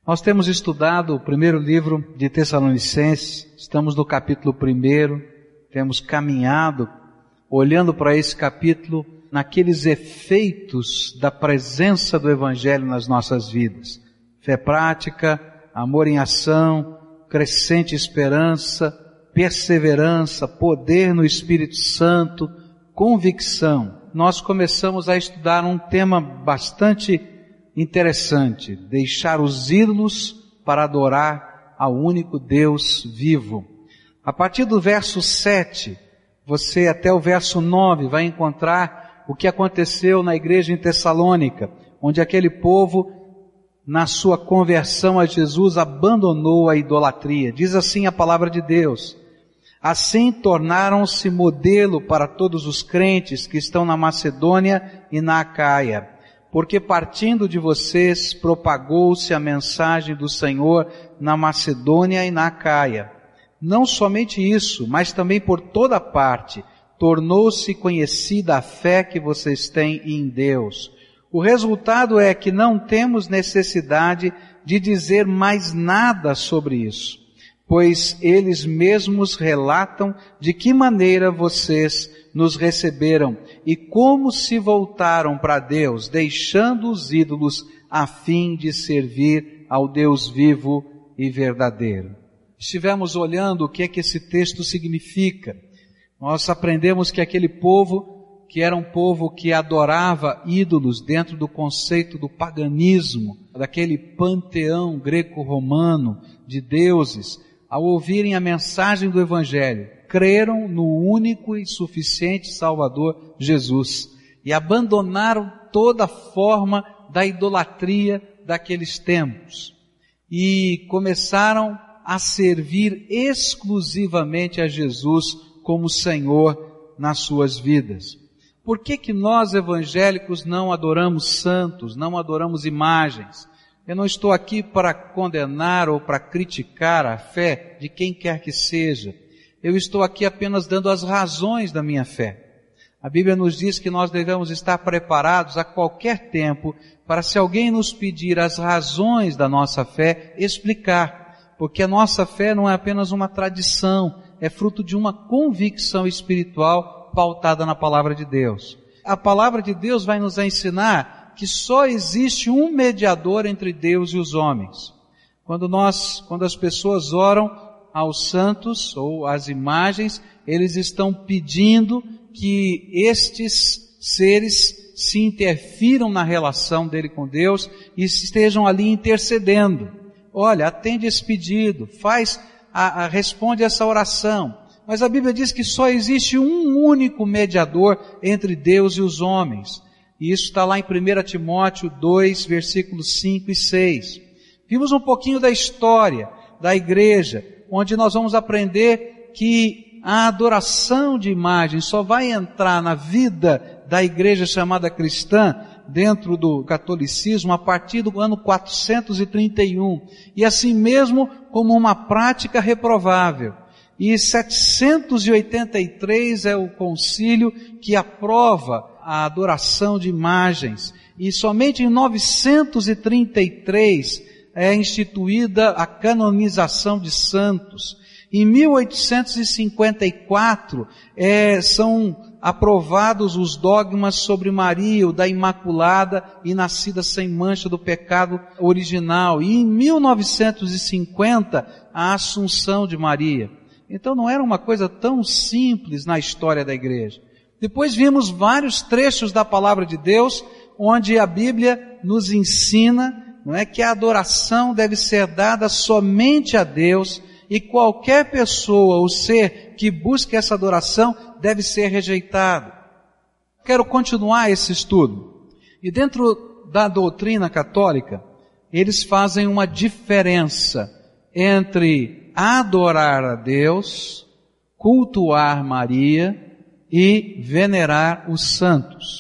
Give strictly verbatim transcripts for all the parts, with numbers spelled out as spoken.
Nós temos estudado o primeiro livro de Tessalonicenses, estamos no capítulo primeiro, temos caminhado, olhando para esse capítulo, naqueles efeitos da presença do Evangelho nas nossas vidas. Fé prática, amor em ação, crescente esperança, perseverança, poder no Espírito Santo, convicção. Nós começamos a estudar um tema bastante interessante, deixar os ídolos para adorar ao único Deus vivo. A partir do verso sete, você até o verso nove vai encontrar o que aconteceu na igreja em Tessalônica, onde aquele povo, na sua conversão a Jesus, abandonou a idolatria. Diz assim a palavra de Deus: assim tornaram-se modelo para todos os crentes que estão na Macedônia e na Acaia, porque partindo de vocês propagou-se a mensagem do Senhor na Macedônia e na Acaia. Não somente isso, mas também por toda parte tornou-se conhecida a fé que vocês têm em Deus. O resultado é que não temos necessidade de dizer mais nada sobre isso, pois eles mesmos relatam de que maneira vocês nos receberam e como se voltaram para Deus, deixando os ídolos a fim de servir ao Deus vivo e verdadeiro. Estivemos olhando o que é que esse texto significa. Nós aprendemos que aquele povo, que era um povo que adorava ídolos dentro do conceito do paganismo, daquele panteão greco-romano de deuses, ao ouvirem a mensagem do Evangelho, creram no único e suficiente Salvador Jesus e abandonaram toda forma da idolatria daqueles tempos e começaram a servir exclusivamente a Jesus como Senhor nas suas vidas. Por que que nós evangélicos não adoramos santos, não adoramos imagens? Eu não estou aqui para condenar ou para criticar a fé de quem quer que seja. Eu estou aqui apenas dando as razões da minha fé. A Bíblia nos diz que nós devemos estar preparados a qualquer tempo para, se alguém nos pedir as razões da nossa fé, explicar. Porque a nossa fé não é apenas uma tradição, é fruto de uma convicção espiritual pautada na palavra de Deus. A palavra de Deus vai nos ensinar que só existe um mediador entre Deus e os homens. Quando nós, quando as pessoas oram aos santos ou às imagens, eles estão pedindo que estes seres se interfiram na relação dele com Deus e estejam ali intercedendo. Olha, atende esse pedido, faz, a, a, responde essa oração. Mas a Bíblia diz que só existe um único mediador entre Deus e os homens. E isso está lá em primeira Timóteo dois, versículos cinco e seis. Vimos um pouquinho da história da igreja, onde nós vamos aprender que a adoração de imagens só vai entrar na vida da igreja chamada cristã, dentro do catolicismo, a partir do ano quatrocentos e trinta e um, e assim mesmo como uma prática reprovável. E setecentos e oitenta e três é o concílio que aprova a adoração de imagens, e somente em novecentos e trinta e três é instituída a canonização de santos. Em mil oitocentos e cinquenta e quatro é, são aprovados os dogmas sobre Maria, o da Imaculada e nascida sem mancha do pecado original. E em mil novecentos e cinquenta, a Assunção de Maria. Então não era uma coisa tão simples na história da igreja. Depois vimos vários trechos da palavra de Deus, onde a Bíblia nos ensina, não é, que a adoração deve ser dada somente a Deus, e qualquer pessoa ou ser que busque essa adoração deve ser rejeitado. Quero continuar esse estudo. E dentro da doutrina católica, eles fazem uma diferença entre adorar a Deus, cultuar Maria e venerar os santos.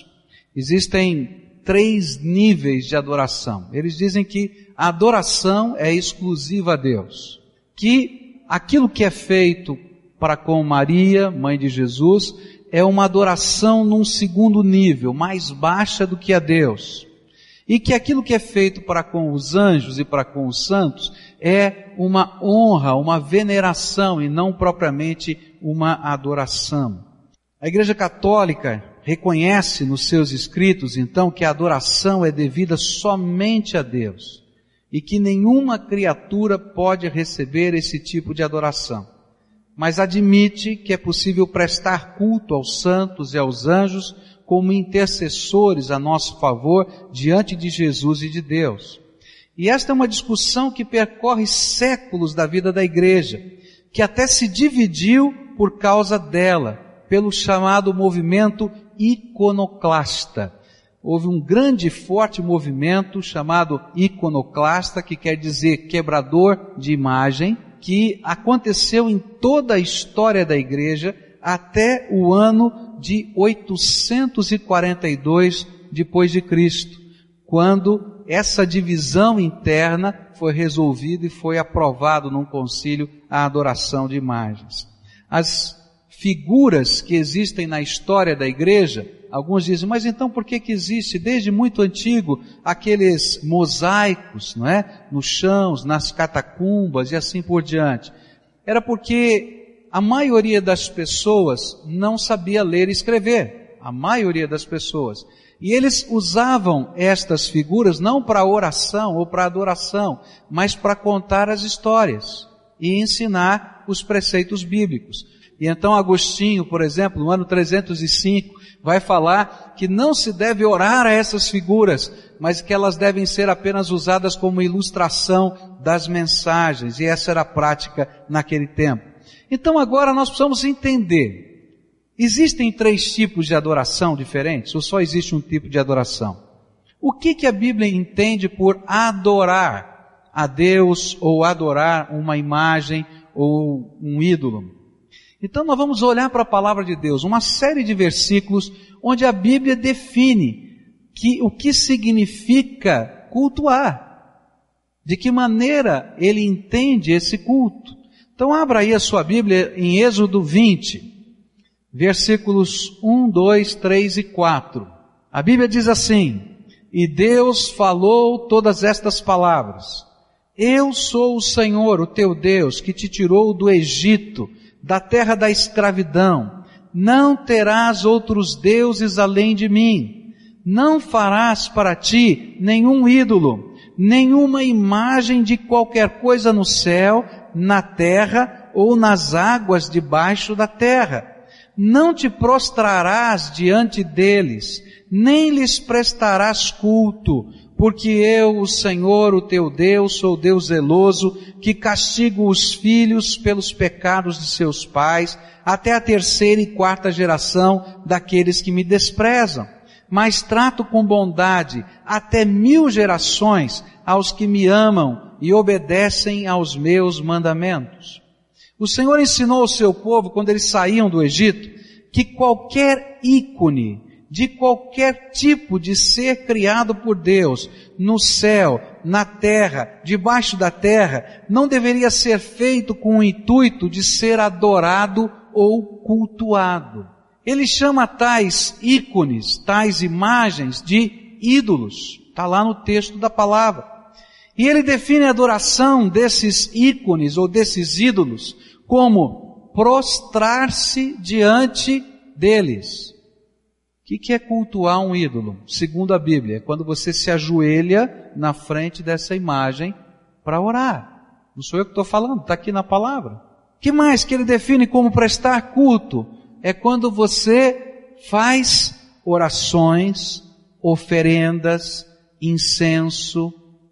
Existem três níveis de adoração. Eles dizem que a adoração é exclusiva a Deus, que aquilo que é feito para com Maria, mãe de Jesus, é uma adoração num segundo nível, mais baixa do que a Deus. E que aquilo que é feito para com os anjos e para com os santos é uma honra, uma veneração e não propriamente uma adoração. A Igreja Católica reconhece nos seus escritos, então, que a adoração é devida somente a Deus e que nenhuma criatura pode receber esse tipo de adoração. Mas admite que é possível prestar culto aos santos e aos anjos como intercessores a nosso favor diante de Jesus e de Deus. E esta é uma discussão que percorre séculos da vida da igreja, que até se dividiu por causa dela, pelo chamado movimento iconoclasta. Houve um grande e forte movimento chamado iconoclasta, que quer dizer quebrador de imagem, que aconteceu em toda a história da igreja até o ano de oitocentos e quarenta e dois depois de Cristo, quando essa divisão interna foi resolvida e foi aprovado num concílio a adoração de imagens. As figuras que existem na história da igreja, alguns dizem, mas então por que que existe desde muito antigo aqueles mosaicos, não é? Nos chãos, nas catacumbas e assim por diante? Era porque a maioria das pessoas não sabia ler e escrever. A maioria das pessoas. E eles usavam estas figuras não para oração ou para adoração, mas para contar as histórias e ensinar os preceitos bíblicos. E então Agostinho, por exemplo, no ano trezentos e cinco, vai falar que não se deve orar a essas figuras, mas que elas devem ser apenas usadas como ilustração das mensagens. E essa era a prática naquele tempo. Então agora nós precisamos entender, existem três tipos de adoração diferentes, ou só existe um tipo de adoração? O que que a Bíblia entende por adorar a Deus, ou adorar uma imagem, ou um ídolo? Então nós vamos olhar para a palavra de Deus, uma série de versículos onde a Bíblia define que, o que significa cultuar, de que maneira ele entende esse culto. Então abra aí a sua Bíblia em Êxodo vinte, versículos um, dois, três e quatro. A Bíblia diz assim: e Deus falou todas estas palavras: eu sou o Senhor, o teu Deus, que te tirou do Egito, da terra da escravidão. Não terás outros deuses além de mim. Não farás para ti nenhum ídolo, nenhuma imagem de qualquer coisa no céu, na terra ou nas águas debaixo da terra. Não te prostrarás diante deles, nem lhes prestarás culto, porque eu, o Senhor, o teu Deus, sou Deus zeloso, que castigo os filhos pelos pecados de seus pais, até a terceira e quarta geração daqueles que me desprezam. Mas trato com bondade até mil gerações aos que me amam e obedecem aos meus mandamentos. O Senhor ensinou ao seu povo, quando eles saíam do Egito, que qualquer ícone de qualquer tipo de ser criado por Deus, no céu, na terra, debaixo da terra, não deveria ser feito com o intuito de ser adorado ou cultuado. Ele chama tais ícones, tais imagens de ídolos. Está lá no texto da palavra. E ele define a adoração desses ícones ou desses ídolos como prostrar-se diante deles. O que, que é cultuar um ídolo? Segundo a Bíblia, é quando você se ajoelha na frente dessa imagem para orar. Não sou eu que estou falando, está aqui na palavra. O que mais que ele define como prestar culto? É quando você faz orações, oferendas, incenso,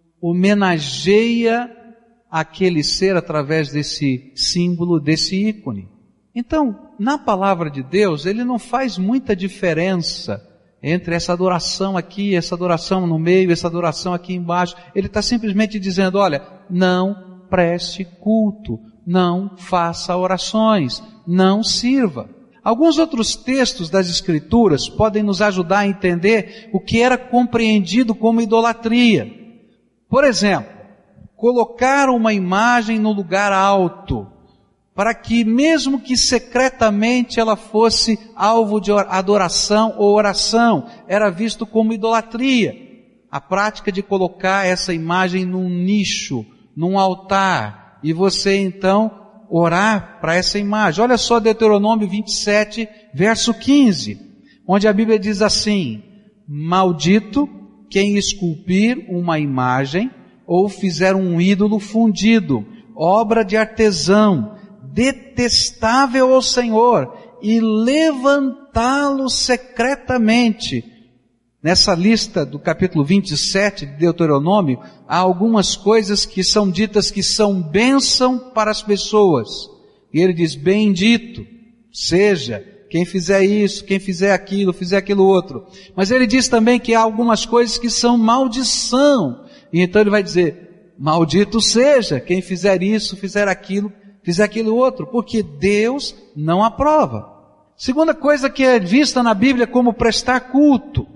homenageia aquele ser através desse símbolo, desse ícone. Então, na palavra de Deus, ele não faz muita diferença entre essa adoração aqui, essa adoração no meio, essa adoração aqui embaixo. Ele está simplesmente dizendo, olha, não preste culto, não faça orações, não sirva. Alguns outros textos das Escrituras podem nos ajudar a entender o que era compreendido como idolatria. Por exemplo, colocar uma imagem no lugar alto, para que mesmo que secretamente ela fosse alvo de adoração ou oração, era visto como idolatria. A prática de colocar essa imagem num nicho, num altar, e você então orar para essa imagem. Olha só Deuteronômio vinte e sete, verso quinze, onde a Bíblia diz assim: maldito quem esculpir uma imagem ou fizer um ídolo fundido, obra de artesão, detestável ao Senhor, e levantá-lo secretamente. Nessa lista do capítulo vinte e sete de Deuteronômio, há algumas coisas que são ditas que são bênção para as pessoas. E ele diz: bendito seja quem fizer isso, quem fizer aquilo, fizer aquilo outro. Mas ele diz também que há algumas coisas que são maldição. E então ele vai dizer: maldito seja quem fizer isso, fizer aquilo, fizer aquilo outro, porque Deus não aprova. Segunda coisa que é vista na Bíblia como prestar culto: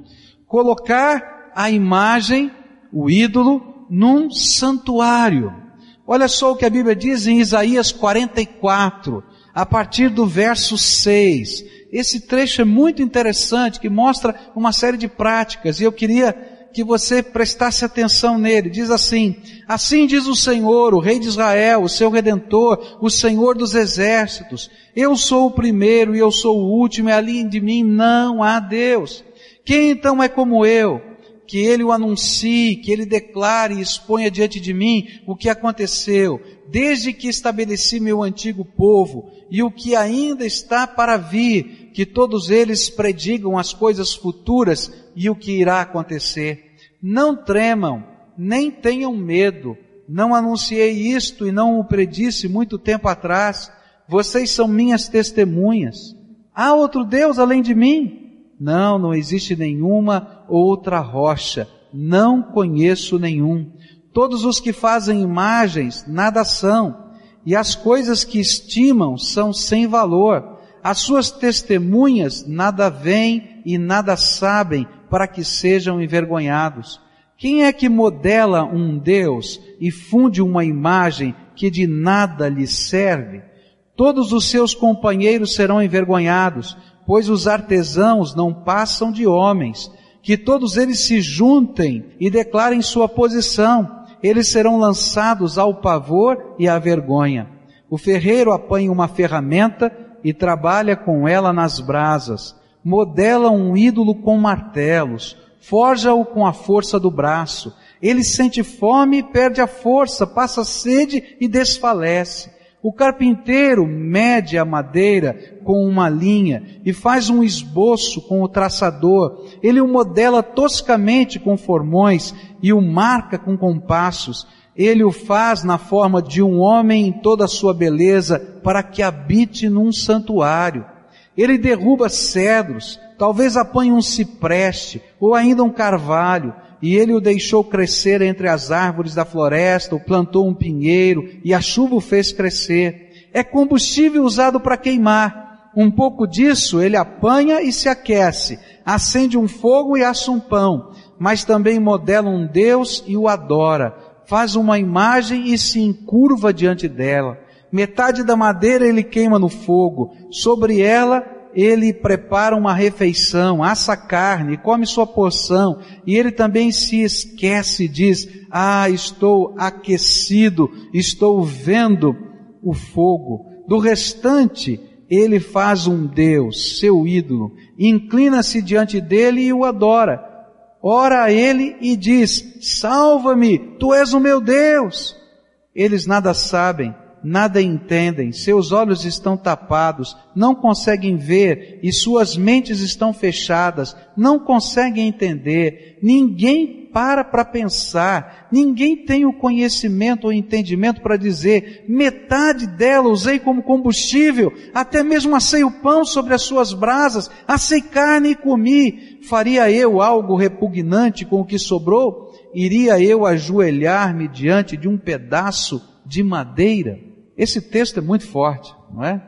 colocar a imagem, o ídolo, num santuário. Olha só o que a Bíblia diz em Isaías quarenta e quatro, a partir do verso seis. Esse trecho é muito interessante, que mostra uma série de práticas, e eu queria que você prestasse atenção nele. Diz assim: assim diz o Senhor, o Rei de Israel, o seu Redentor, o Senhor dos exércitos: eu sou o primeiro e eu sou o último, e além de mim não há Deus. Quem então é como eu, que ele o anuncie, que ele declare e exponha diante de mim o que aconteceu, desde que estabeleci meu antigo povo, e o que ainda está para vir, que todos eles predigam as coisas futuras e o que irá acontecer. Não tremam, nem tenham medo. Não anunciei isto e não o predisse muito tempo atrás. Vocês são minhas testemunhas. Há outro Deus além de mim? Não, não existe nenhuma outra rocha. Não conheço nenhum. Todos os que fazem imagens nada são, e as coisas que estimam são sem valor. As suas testemunhas nada veem e nada sabem, para que sejam envergonhados. Quem é que modela um Deus e funde uma imagem que de nada lhe serve? Todos os seus companheiros serão envergonhados, pois os artesãos não passam de homens. Que todos eles se juntem e declarem sua posição. Eles serão lançados ao pavor e à vergonha. O ferreiro apanha uma ferramenta e trabalha com ela nas brasas. Modela um ídolo com martelos. Forja-o com a força do braço. Ele sente fome e perde a força, passa sede e desfalece. O carpinteiro mede a madeira com uma linha e faz um esboço com o traçador. Ele o modela toscamente com formões e o marca com compassos. Ele o faz na forma de um homem em toda a sua beleza, para que habite num santuário. Ele derruba cedros, talvez apanhe um cipreste ou ainda um carvalho, e ele o deixou crescer entre as árvores da floresta, ou plantou um pinheiro, e a chuva o fez crescer. É combustível usado para queimar. Um pouco disso ele apanha e se aquece, acende um fogo e assa um pão, mas também modela um Deus e o adora. Faz uma imagem e se encurva diante dela. Metade da madeira ele queima no fogo, sobre ela ele prepara uma refeição, assa carne, come sua porção, e ele também se esquece e diz: ah, estou aquecido, estou vendo o fogo. Do restante, ele faz um Deus, seu ídolo, inclina-se diante dele e o adora. Ora a ele e diz: salva-me, tu és o meu Deus. Eles nada sabem, nada entendem, seus olhos estão tapados, não conseguem ver, e suas mentes estão fechadas, não conseguem entender. Ninguém para para pensar, ninguém tem o conhecimento ou entendimento para dizer: metade dela usei como combustível, até mesmo assei o pão sobre as suas brasas, assei carne e comi. Faria eu algo repugnante com o que sobrou? Iria eu ajoelhar-me diante de um pedaço de madeira? Esse texto é muito forte, não é?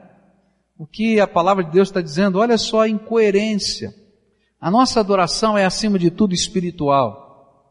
O que a palavra de Deus está dizendo, olha só a incoerência. A nossa adoração é acima de tudo espiritual.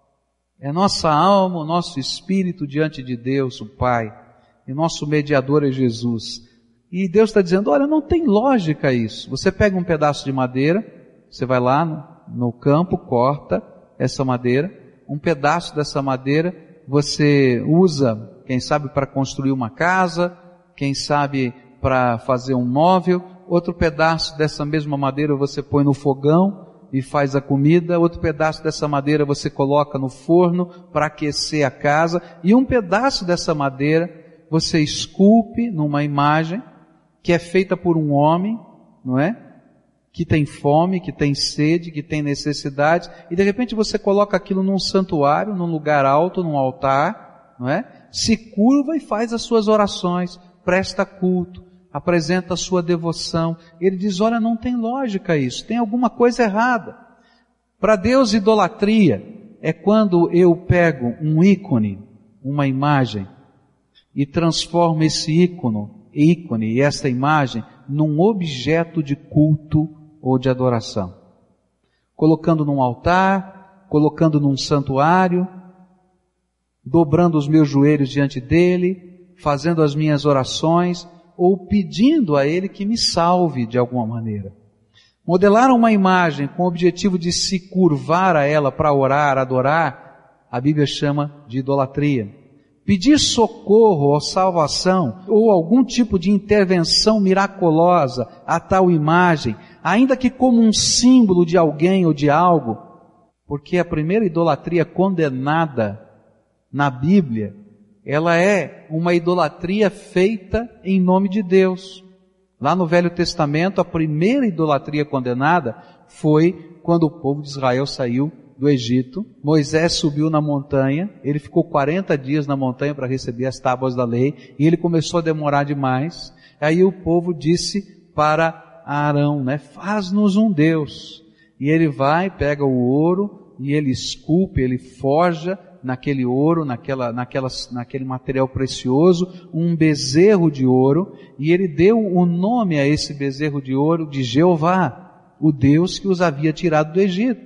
É nossa alma, o nosso espírito diante de Deus, o Pai. E nosso mediador é Jesus. E Deus está dizendo, olha, não tem lógica isso. Você pega um pedaço de madeira, você vai lá no, no campo, corta essa madeira, um pedaço dessa madeira você usa, quem sabe para construir uma casa, quem sabe para fazer um móvel, outro pedaço dessa mesma madeira você põe no fogão e faz a comida, outro pedaço dessa madeira você coloca no forno para aquecer a casa, e um pedaço dessa madeira você esculpe numa imagem que é feita por um homem, não é? Que tem fome, que tem sede, que tem necessidade, e de repente você coloca aquilo num santuário, num lugar alto, num altar, não é? Se curva e faz as suas orações, presta culto, apresenta a sua devoção. Ele diz, olha, não tem lógica isso, tem alguma coisa errada. Para Deus, idolatria é quando eu pego um ícone, uma imagem, e transformo esse ícone, ícone e essa imagem num objeto de culto ou de adoração. Colocando num altar, colocando num santuário, dobrando os meus joelhos diante dele, fazendo as minhas orações, ou pedindo a ele que me salve de alguma maneira. Modelar uma imagem com o objetivo de se curvar a ela para orar, adorar, a Bíblia chama de idolatria. Pedir socorro ou salvação, ou algum tipo de intervenção miraculosa a tal imagem, ainda que como um símbolo de alguém ou de algo, porque a primeira idolatria condenada na Bíblia, ela é uma idolatria feita em nome de Deus. Lá no Velho Testamento, a primeira idolatria condenada foi quando o povo de Israel saiu do Egito. Moisés subiu na montanha, ele ficou quarenta dias na montanha para receber as tábuas da lei, e ele começou a demorar demais. Aí o povo disse para Arão, né, faz-nos um Deus. E ele vai, pega o ouro, e ele esculpe, ele forja naquele ouro, naquela, naquelas, naquele material precioso, um bezerro de ouro, e ele deu o nome a esse bezerro de ouro de Jeová, o Deus que os havia tirado do Egito.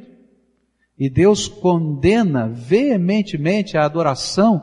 E Deus condena veementemente a adoração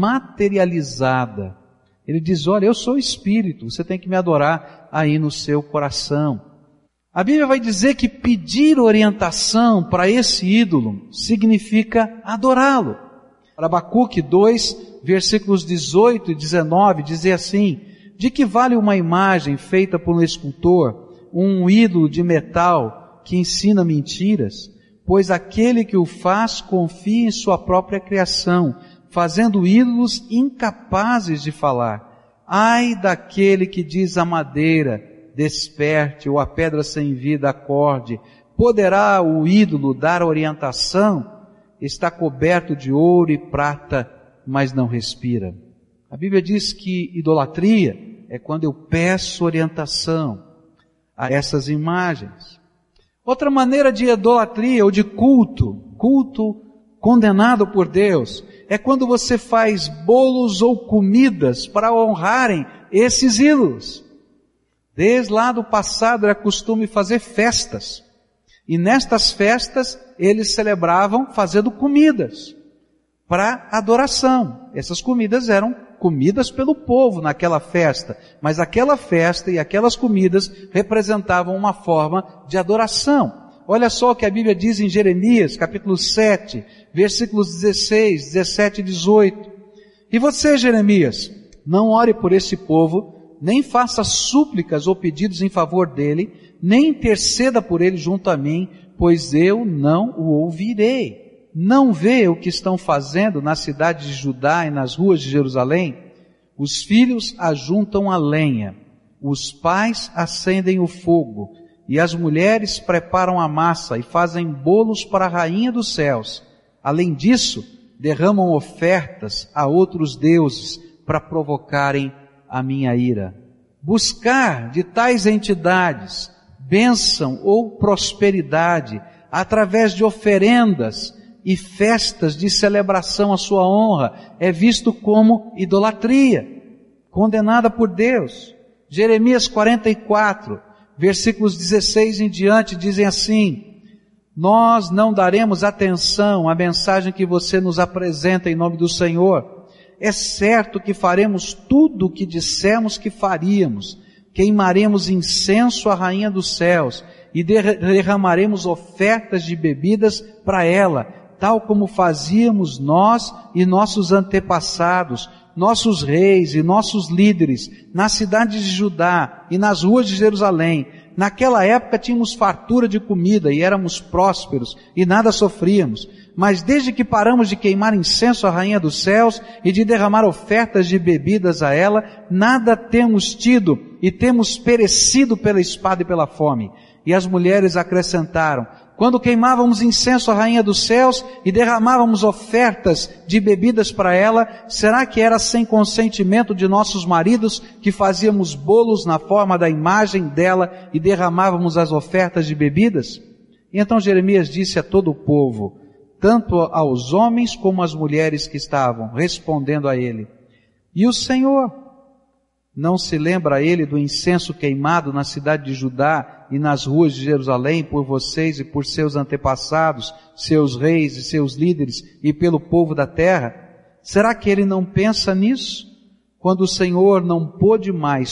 materializada. Ele diz, olha, eu sou espírito, você tem que me adorar aí no seu coração. A Bíblia vai dizer que pedir orientação para esse ídolo significa adorá-lo. Abacuque dois, versículos dezoito e dezenove, diz assim, de que vale uma imagem feita por um escultor, um ídolo de metal que ensina mentiras? Pois aquele que o faz confia em sua própria criação, fazendo ídolos incapazes de falar. Ai daquele que diz à madeira, desperte, ou a pedra sem vida, acorde. Poderá o ídolo dar orientação? Está coberto de ouro e prata, mas não respira. A Bíblia diz que idolatria é quando eu peço orientação a essas imagens. Outra maneira de idolatria ou de culto, culto condenado por Deus, é quando você faz bolos ou comidas para honrarem esses ídolos. Desde lá do passado era costume fazer festas. E nestas festas eles celebravam fazendo comidas para adoração. Essas comidas eram comidas pelo povo naquela festa, mas aquela festa e aquelas comidas representavam uma forma de adoração. Olha só o que a Bíblia diz em Jeremias, capítulo sete, versículos dezesseis, dezessete e dezoito. E você, Jeremias, não ore por esse povo, nem faça súplicas ou pedidos em favor dele, nem interceda por ele junto a mim, pois eu não o ouvirei. Não vê o que estão fazendo na cidade de Judá e nas ruas de Jerusalém? Os filhos ajuntam a lenha, os pais acendem o fogo, e as mulheres preparam a massa e fazem bolos para a rainha dos céus. Além disso, derramam ofertas a outros deuses para provocarem a minha ira. Buscar de tais entidades bênção ou prosperidade através de oferendas e festas de celebração à sua honra é visto como idolatria, condenada por Deus. Jeremias quarenta e quatro, versículos dezesseis em diante dizem assim: nós não daremos atenção à mensagem que você nos apresenta em nome do Senhor. É certo que faremos tudo o que dissemos que faríamos. Queimaremos incenso à rainha dos céus e derramaremos ofertas de bebidas para ela. tal como fazíamos nós e nossos antepassados, nossos reis e nossos líderes, nas cidades de Judá e nas ruas de Jerusalém. Naquela época tínhamos fartura de comida e éramos prósperos e nada sofríamos. Mas desde que paramos de queimar incenso à Rainha dos Céus e de derramar ofertas de bebidas a ela, nada temos tido e temos perecido pela espada e pela fome. E as mulheres acrescentaram: quando queimávamos incenso à Rainha dos Céus e derramávamos ofertas de bebidas para ela, será que era sem consentimento de nossos maridos que fazíamos bolos na forma da imagem dela e derramávamos as ofertas de bebidas? E então Jeremias disse a todo o povo, tanto aos homens como às mulheres que estavam respondendo a ele: e o Senhor não se lembra ele do incenso queimado na cidade de Judá e nas ruas de Jerusalém por vocês e por seus antepassados, seus reis e seus líderes e pelo povo da terra? Será que ele não pensa nisso? Quando o Senhor não pôde mais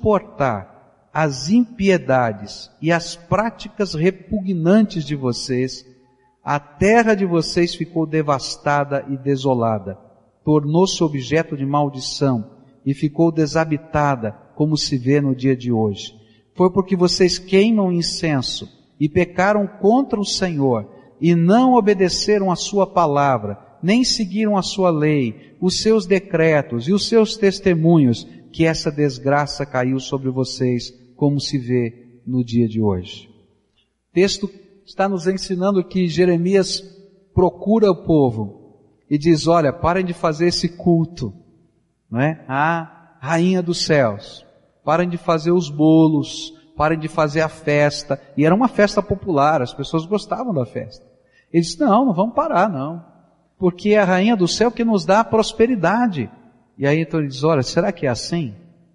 suportar as impiedades e as práticas repugnantes de vocês, a terra de vocês ficou devastada e desolada, tornou-se objeto de maldição e ficou desabitada, como se vê no dia de hoje. Foi porque vocês queimam incenso e pecaram contra o Senhor e não obedeceram a sua palavra, nem seguiram a sua lei, os seus decretos e os seus testemunhos, que essa desgraça caiu sobre vocês, como se vê no dia de hoje. O texto está nos ensinando que Jeremias procura o povo e diz: olha, parem de fazer esse culto, não é? A Rainha dos Céus. Parem de fazer os bolos, parem de fazer a festa. E era uma festa popular, as pessoas gostavam da festa. Ele disse: não, não vamos parar, não. Porque é a Rainha do Céu que nos dá a prosperidade. E aí então ele diz: olha, será que é assim?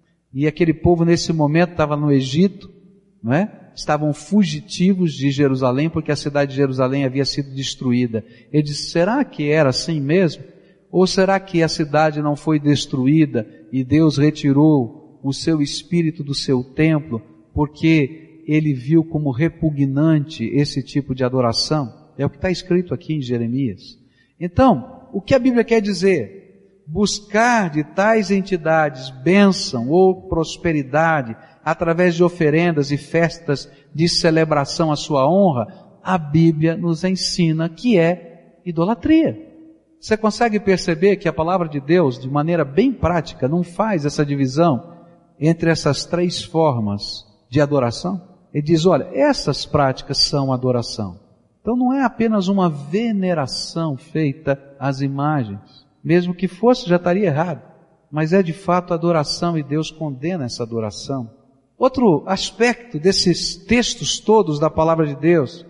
E aquele povo nesse momento estava no Egito, não é? Estavam fugitivos de Jerusalém, porque a cidade de Jerusalém havia sido destruída. Ele disse: será que era assim mesmo? Ou será que a cidade não foi destruída e Deus retirou o seu espírito do seu templo porque ele viu como repugnante esse tipo de adoração? É o que está escrito aqui em Jeremias. Então, o que a Bíblia quer dizer? Buscar de tais entidades bênção ou prosperidade através de oferendas e festas de celebração à sua honra, a Bíblia nos ensina que é idolatria. Você consegue perceber que a palavra de Deus, de maneira bem prática, não faz essa divisão entre essas três formas de adoração? Ele diz: olha, essas práticas são adoração. Então não é apenas uma veneração feita às imagens. Mesmo que fosse, já estaria errado. Mas é de fato adoração e Deus condena essa adoração. Outro aspecto desses textos todos da palavra de Deus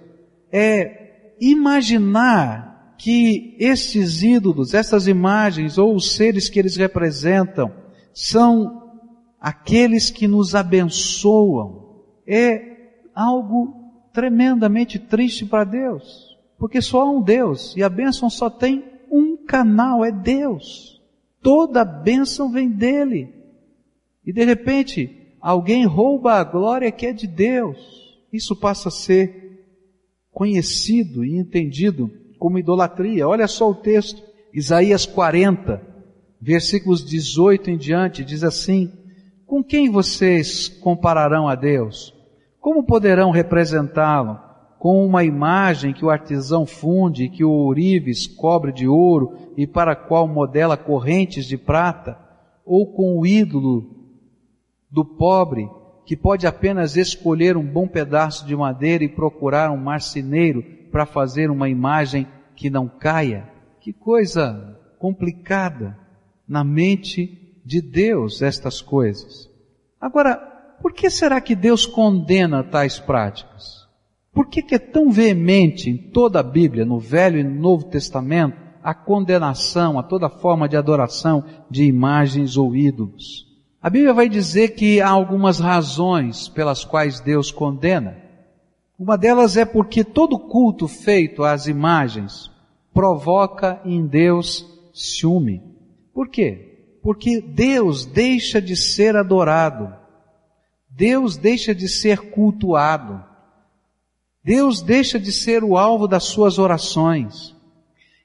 é imaginar que estes ídolos, essas imagens ou os seres que eles representam são aqueles que nos abençoam. É algo tremendamente triste para Deus, porque só há um Deus e a bênção só tem um canal, é Deus. Toda a bênção vem dele. E de repente alguém rouba a glória que é de Deus. Isso passa a ser conhecido e entendido como idolatria. Olha só o texto, Isaías quarenta, versículos dezoito em diante, diz assim: com quem vocês compararão a Deus? Como poderão representá-lo? Com uma imagem que o artesão funde, que o ourives cobre de ouro e para a qual modela correntes de prata? Ou com o ídolo do pobre, que pode apenas escolher um bom pedaço de madeira e procurar um marceneiro para fazer uma imagem que não caia? Que coisa complicada na mente de Deus estas coisas. Agora, por que será que Deus condena tais práticas? Por que que é tão veemente em toda a Bíblia, no Velho e no Novo Testamento, a condenação a toda forma de adoração de imagens ou ídolos? A Bíblia vai dizer que há algumas razões pelas quais Deus condena. Uma delas é porque todo culto feito às imagens provoca em Deus ciúme. Por quê? Porque Deus deixa de ser adorado. Deus deixa de ser cultuado. Deus deixa de ser o alvo das suas orações.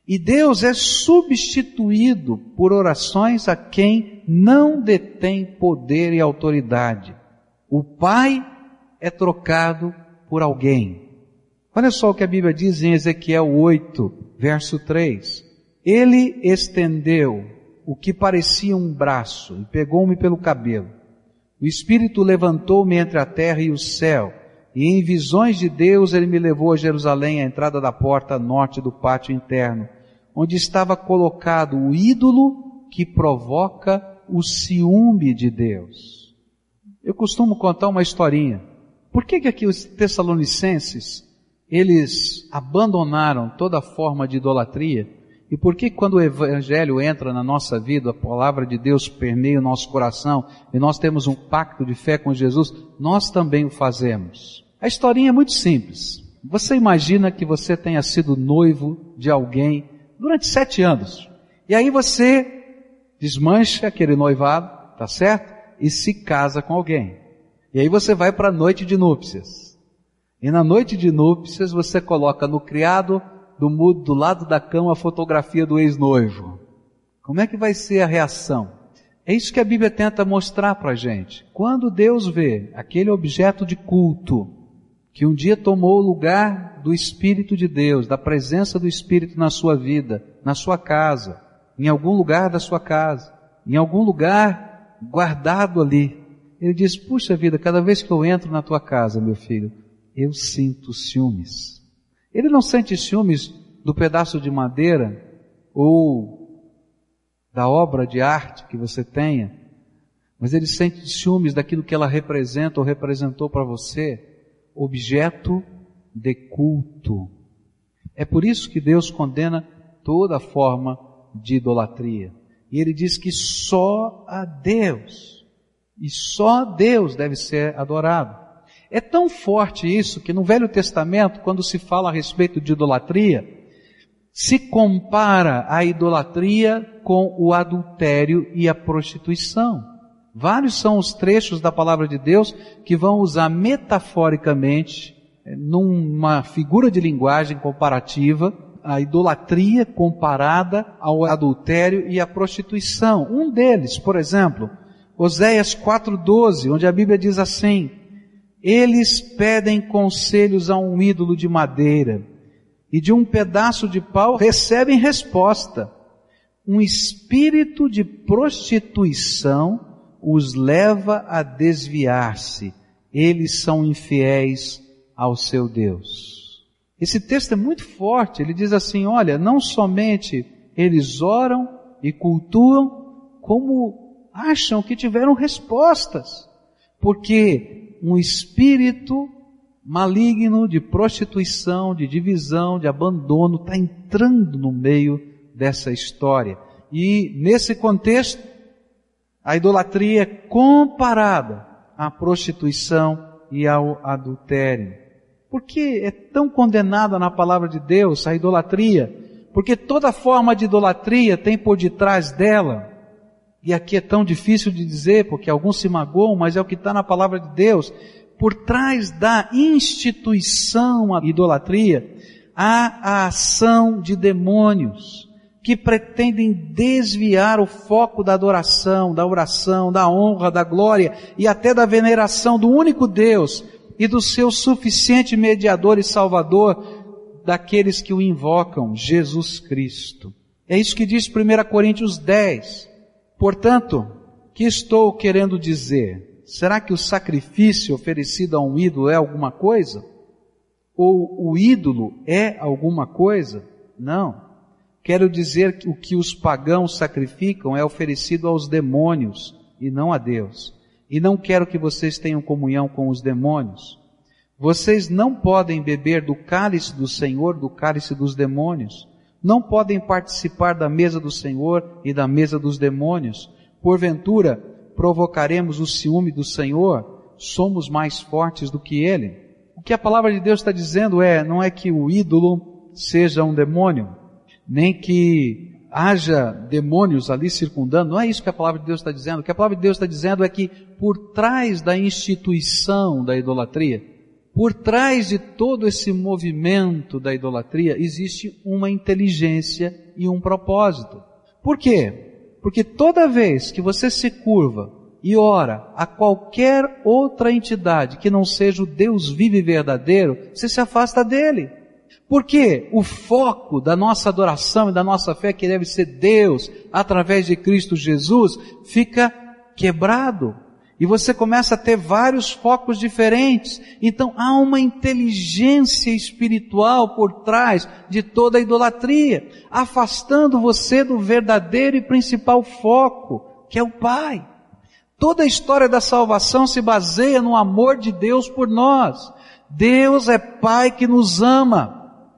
E Deus é substituído por orações a quem não detém poder e autoridade. O Pai é trocado por alguém. Olha só o que a Bíblia diz em Ezequiel oito, verso três. Ele estendeu o que parecia um braço e pegou-me pelo cabelo. O Espírito levantou-me entre a terra e o céu, e em visões de Deus ele me levou a Jerusalém, à entrada da porta norte do pátio interno, onde estava colocado o ídolo que provoca o ciúme de Deus. Eu costumo contar uma historinha. Por que que aqui os tessalonicenses, eles abandonaram toda forma de idolatria? E por que quando o Evangelho entra na nossa vida, a palavra de Deus permeia o nosso coração, e nós temos um pacto de fé com Jesus, nós também o fazemos? A historinha é muito simples. Você imagina que você tenha sido noivo de alguém durante sete anos. E aí você desmancha aquele noivado, tá certo? E se casa com alguém. E aí você vai para a noite de núpcias. E na noite de núpcias você coloca no criado do, mudo, do lado da cama a fotografia do ex-noivo. Como é que vai ser a reação? É isso que a Bíblia tenta mostrar para a gente. Quando Deus vê aquele objeto de culto, que um dia tomou o lugar do Espírito de Deus, da presença do Espírito na sua vida, na sua casa, em algum lugar da sua casa, em algum lugar guardado ali, ele diz, puxa vida, cada vez que eu entro na tua casa, meu filho, eu sinto ciúmes. Ele não sente ciúmes do pedaço de madeira ou da obra de arte que você tenha, mas ele sente ciúmes daquilo que ela representa ou representou para você, objeto de culto. É por isso que Deus condena toda forma de idolatria. E Ele diz que só a Deus, e só Deus deve ser adorado. É tão forte isso que no Velho Testamento, quando se fala a respeito de idolatria, se compara a idolatria com o adultério e a prostituição. Vários são os trechos da palavra de Deus que vão usar metaforicamente, numa figura de linguagem comparativa, a idolatria comparada ao adultério e à prostituição. Um deles, por exemplo, Oséias quatro doze, onde a Bíblia diz assim, eles pedem conselhos a um ídolo de madeira e de um pedaço de pau recebem resposta. Um espírito de prostituição os leva a desviar-se. Eles são infiéis ao seu Deus. Esse texto é muito forte. Ele diz assim, olha, não somente eles oram e cultuam, como acham que tiveram respostas. Porque um espírito maligno de prostituição, de divisão, de abandono, está entrando no meio dessa história. E nesse contexto, a idolatria é comparada à prostituição e ao adultério. Por que é tão condenada na palavra de Deus a idolatria? Porque toda forma de idolatria tem por detrás dela, e aqui é tão difícil de dizer, porque alguns se magoam, mas é o que está na palavra de Deus, por trás da instituição a idolatria, há a ação de demônios, que pretendem desviar o foco da adoração, da oração, da honra, da glória e até da veneração do único Deus e do seu suficiente mediador e salvador daqueles que o invocam, Jesus Cristo. É isso que diz primeira Coríntios dez. Portanto, o que estou querendo dizer? Será que o sacrifício oferecido a um ídolo é alguma coisa? Ou o ídolo é alguma coisa? Não. Quero dizer que o que os pagãos sacrificam é oferecido aos demônios e não a Deus. E não quero que vocês tenham comunhão com os demônios. Vocês não podem beber do cálice do Senhor, do cálice dos demônios. Não podem participar da mesa do Senhor e da mesa dos demônios. Porventura, provocaremos o ciúme do Senhor? Somos mais fortes do que Ele. O que a palavra de Deus está dizendo é, não é que o ídolo seja um demônio, nem que haja demônios ali circundando, não é isso que a palavra de Deus está dizendo. O que a palavra de Deus está dizendo é que por trás da instituição da idolatria, Por trás de todo esse movimento da idolatria existe uma inteligência e um propósito. Por quê? Porque toda vez que você se curva e ora a qualquer outra entidade que não seja o Deus vivo e verdadeiro, você se afasta dele. Porque o foco da nossa adoração e da nossa fé, que deve ser Deus, através de Cristo Jesus, fica quebrado. E você começa a ter vários focos diferentes. Então há uma inteligência espiritual por trás de toda a idolatria, afastando você do verdadeiro e principal foco, que é o Pai. Toda a história da salvação se baseia no amor de Deus por nós. Deus é Pai que nos ama.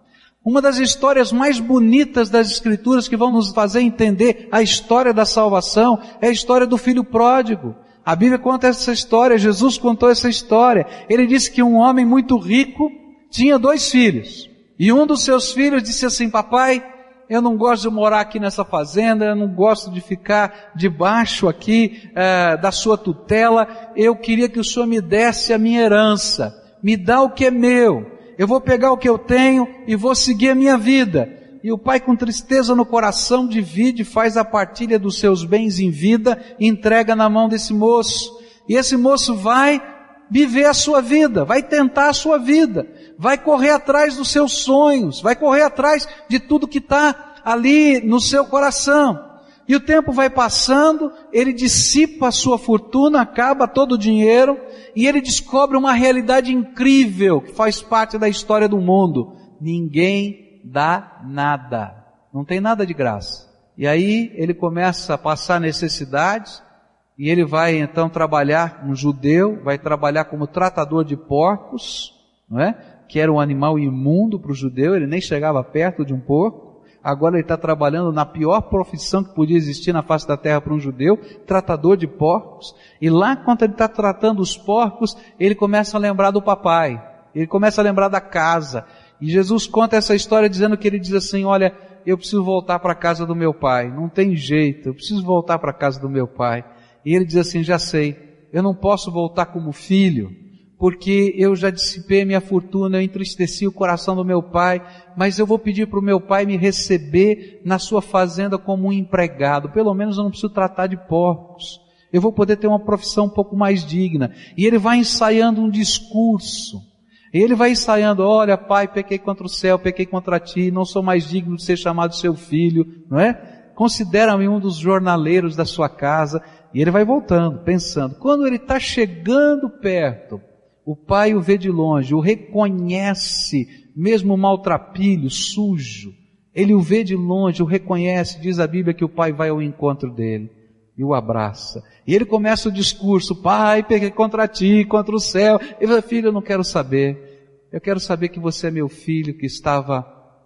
Uma das histórias mais bonitas das Escrituras que vão nos fazer entender a história da salvação é a história do filho pródigo. A Bíblia conta essa história, Jesus contou essa história. Ele disse que um homem muito rico tinha dois filhos. E um dos seus filhos disse assim: papai, eu não gosto de morar aqui nessa fazenda, eu não gosto de ficar debaixo aqui eh, da sua tutela, eu queria que o senhor me desse a minha herança, me dá o que é meu. Eu vou pegar o que eu tenho e vou seguir a minha vida. E o pai, com tristeza no coração, divide, faz a partilha dos seus bens em vida e entrega na mão desse moço. E esse moço vai viver a sua vida, vai tentar a sua vida, vai correr atrás dos seus sonhos, vai correr atrás de tudo que está ali no seu coração. E o tempo vai passando, ele dissipa a sua fortuna, acaba todo o dinheiro, e ele descobre uma realidade incrível que faz parte da história do mundo. Ninguém dá nada. Não tem nada de graça. E aí ele começa a passar necessidades, e ele vai então trabalhar, um judeu, vai trabalhar como tratador de porcos, não é? Que era um animal imundo para o judeu, ele nem chegava perto de um porco. Agora ele está trabalhando na pior profissão que podia existir na face da terra para um judeu, tratador de porcos. E lá, quando ele está tratando os porcos, ele começa a lembrar do papai, ele começa a lembrar da casa. E Jesus conta essa história dizendo que ele diz assim: olha, eu preciso voltar para a casa do meu pai, não tem jeito, eu preciso voltar para a casa do meu pai. E ele diz assim: já sei, eu não posso voltar como filho, porque eu já dissipei minha fortuna, eu entristeci o coração do meu pai, mas eu vou pedir para o meu pai me receber na sua fazenda como um empregado, pelo menos eu não preciso tratar de porcos, eu vou poder ter uma profissão um pouco mais digna. E ele vai ensaiando um discurso, e ele vai ensaiando: olha pai, pequei contra o céu, pequei contra ti, não sou mais digno de ser chamado seu filho, não é? Considera-me um dos jornaleiros da sua casa. E ele vai voltando, pensando. Quando ele está chegando perto, o pai o vê de longe, o reconhece, mesmo maltrapilho, sujo. Ele o vê de longe, o reconhece, diz a Bíblia que o pai vai ao encontro dele e o abraça. E ele começa o discurso: pai, peguei contra ti, contra o céu. Ele fala: filho, eu não quero saber. Eu quero saber que você é meu filho, que estava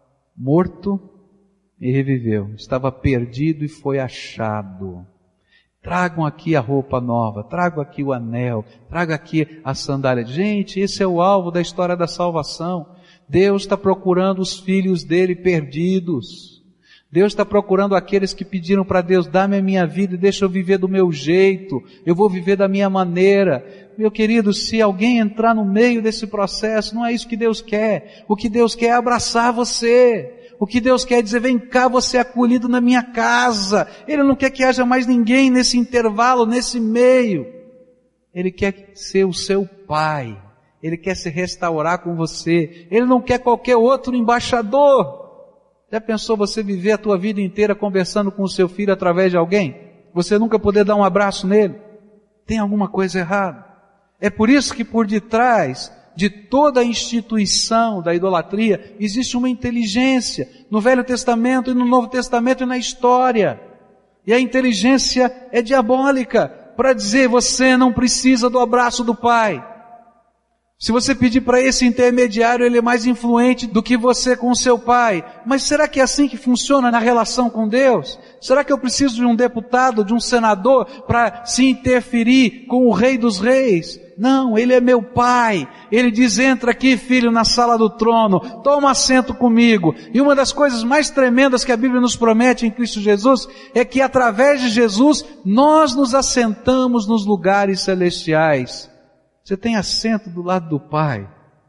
morto e reviveu. Estava perdido e foi achado. Tragam aqui a roupa nova, tragam aqui o anel, tragam aqui a sandália. Gente, esse é o alvo da história da salvação. Deus está procurando os filhos dele perdidos. Deus está procurando aqueles que pediram para Deus: dá-me a minha vida e deixa eu viver do meu jeito, eu vou viver da minha maneira. Meu querido, se alguém entrar no meio desse processo, não é isso que Deus quer. O que Deus quer é abraçar você. O que Deus quer é dizer: vem cá, você é acolhido na minha casa. Ele não quer que haja mais ninguém nesse intervalo, nesse meio. Ele quer ser o seu pai. Ele quer se restaurar com você. Ele não quer qualquer outro embaixador. Já pensou você viver a tua vida inteira conversando com o seu filho através de alguém? Você nunca poder dar um abraço nele? Tem alguma coisa errada. É por isso que por detrás de toda a instituição da idolatria existe uma inteligência, no Velho Testamento e no Novo Testamento e na história. E a inteligência é diabólica, para dizer: você não precisa do abraço do pai. Se você pedir para esse intermediário, ele é mais influente do que você com o seu pai. Mas será que é assim que funciona na relação com Deus? Será que eu preciso de um deputado, de um senador, para se interferir com o Rei dos Reis? Não, ele é meu pai. Ele diz: entra aqui, filho, na sala do trono, toma assento comigo. E uma das coisas mais tremendas que a Bíblia nos promete em Cristo Jesus é que através de Jesus nós nos assentamos nos lugares celestiais. Você tem assento do lado do Pai.